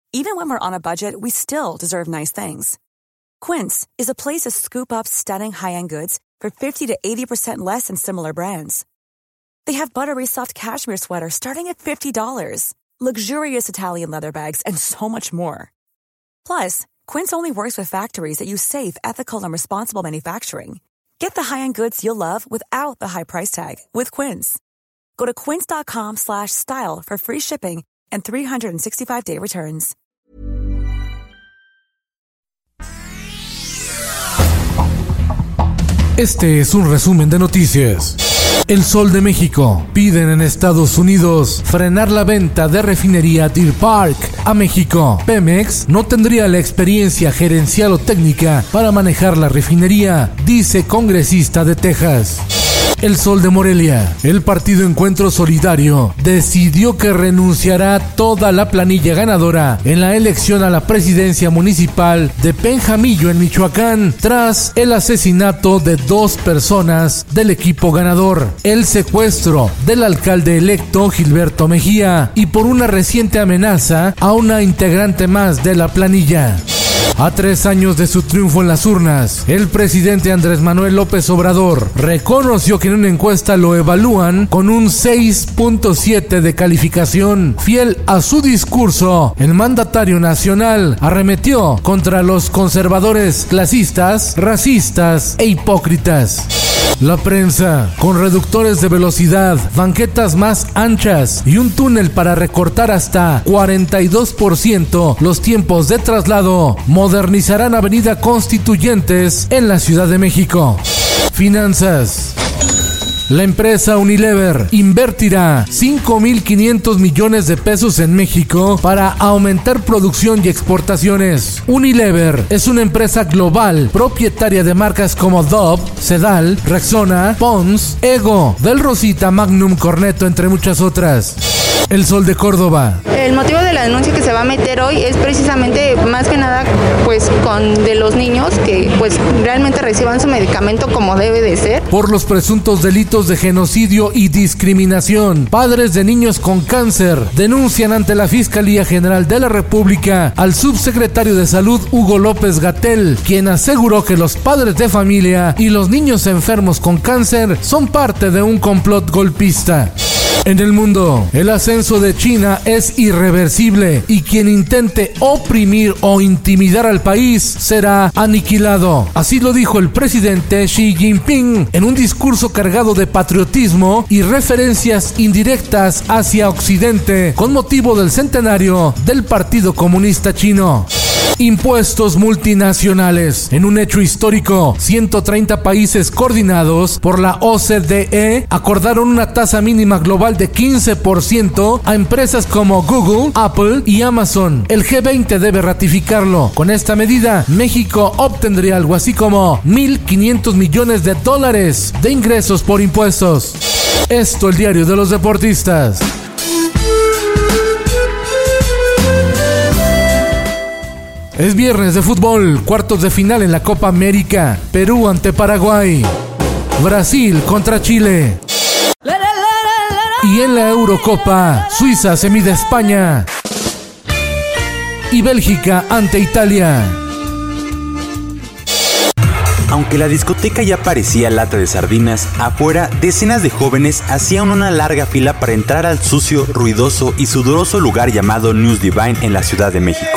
Even when we're on a budget, we still deserve nice things. Quince is a place to scoop up stunning high-end goods for 50 to 80% less than similar brands. They have buttery soft cashmere sweaters starting at $50, luxurious Italian leather bags, and so much more. Plus, Quince only works with factories that use safe, ethical, and responsible manufacturing. Get the high-end goods you'll love without the high price tag with Quince. Go to quince.com/style for free shipping and 365-day returns. Este es un resumen de noticias. El Sol de México. Piden en Estados Unidos frenar la venta de refinería Deer Park a México. Pemex no tendría la experiencia gerencial o técnica para manejar la refinería, dice congresista de Texas. El Sol de Morelia. El partido Encuentro Solidario decidió que renunciará a toda la planilla ganadora en la elección a la presidencia municipal de Penjamillo en Michoacán tras el asesinato de 2 personas del equipo ganador, el secuestro del alcalde electo Gilberto Mejía y por una reciente amenaza a una integrante más de la planilla. A 3 años de su triunfo en las urnas, el presidente Andrés Manuel López Obrador reconoció que en una encuesta lo evalúan con un 6.7 de calificación. Fiel a su discurso, el mandatario nacional arremetió contra los conservadores clasistas, racistas e hipócritas. La prensa, con reductores de velocidad, banquetas más anchas y un túnel para recortar hasta 42% los tiempos de traslado, modernizarán Avenida Constituyentes en la Ciudad de México. Finanzas. La empresa Unilever invertirá 5.500 millones de pesos en México para aumentar producción y exportaciones. Unilever es una empresa global propietaria de marcas como Dove, Sedal, Rexona, Pond's, Ego, Del Rosita, Magnum, Cornetto, entre muchas otras. El Sol de Córdoba. El motivo de la denuncia que se va a meter hoy es precisamente, más que nada, pues con de los niños que pues realmente reciban su medicamento como debe de ser. Por los presuntos delitos de genocidio y discriminación, padres de niños con cáncer denuncian ante la Fiscalía General de la República al subsecretario de Salud Hugo López-Gatell, quien aseguró que los padres de familia y los niños enfermos con cáncer son parte de un complot golpista. En el mundo, el ascenso de China es irreversible y quien intente oprimir o intimidar al país será aniquilado. Así lo dijo el presidente Xi Jinping en un discurso cargado de patriotismo y referencias indirectas hacia Occidente con motivo del centenario del Partido Comunista Chino. Impuestos multinacionales. En un hecho histórico, 130 países coordinados por la OCDE acordaron una tasa mínima global de 15% a empresas como Google, Apple y Amazon. El G20 debe ratificarlo. Con esta medida, México obtendría algo así como $1.500 millones de ingresos por impuestos. Esto, el diario de los deportistas. Es viernes de fútbol, cuartos de final en la Copa América. Perú ante Paraguay. Brasil contra Chile. Y en la Eurocopa, Suiza se mide a España. Y Bélgica ante Italia. Aunque la discoteca ya parecía lata de sardinas, afuera decenas de jóvenes hacían una larga fila para entrar al sucio, ruidoso y sudoroso lugar llamado News Divine en la Ciudad de México.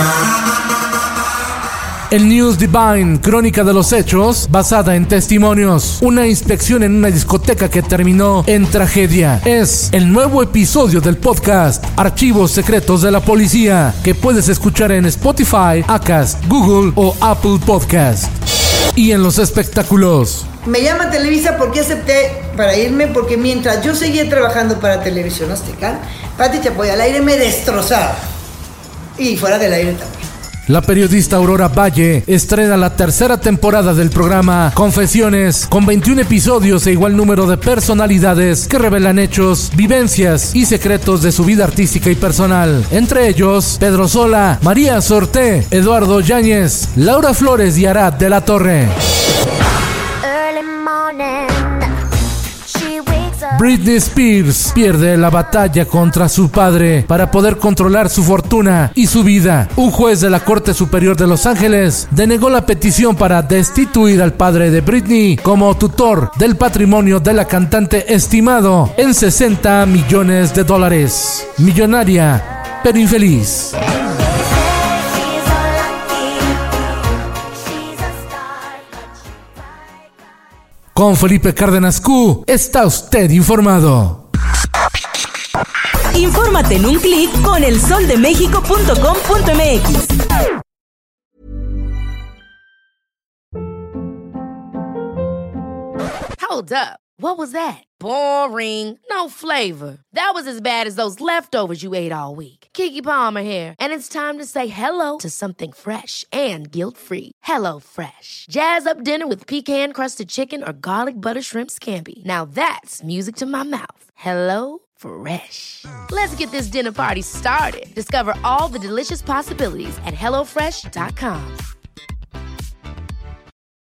El News Divine, crónica de los hechos, basada en testimonios. Una inspección en una discoteca que terminó en tragedia. Es el nuevo episodio del podcast Archivos Secretos de la Policía, que puedes escuchar en Spotify, Acast, Google o Apple Podcast. Y en los espectáculos. Me llama Televisa porque acepté para irme, porque mientras yo seguía trabajando para Televisión Azteca, Pati Chapoy al aire me destrozaba. Y fuera del aire también. La periodista Aurora Valle estrena la tercera temporada del programa Confesiones, con 21 episodios e igual número de personalidades que revelan hechos, vivencias y secretos de su vida artística y personal. Entre ellos, Pedro Sola, María Sorté, Eduardo Yáñez, Laura Flores y Arad de la Torre. Britney Spears pierde la batalla contra su padre para poder controlar su fortuna y su vida. Un juez de la Corte Superior de Los Ángeles denegó la petición para destituir al padre de Britney como tutor del patrimonio de la cantante estimado en $60 millones. Millonaria, pero infeliz. Con Felipe Cárdenas Q, está usted informado. Infórmate en un clic con elsoldemexico.com.mx. Hold up. What was that? Boring. No flavor. That was as bad as those leftovers you ate all week. Keke Palmer here, and it's time to say hello to something fresh and guilt-free. Hello Fresh. Jazz up dinner with pecan-crusted chicken or garlic butter shrimp scampi. Now that's music to my mouth. Hello Fresh. Let's get this dinner party started. Discover all the delicious possibilities at HelloFresh.com.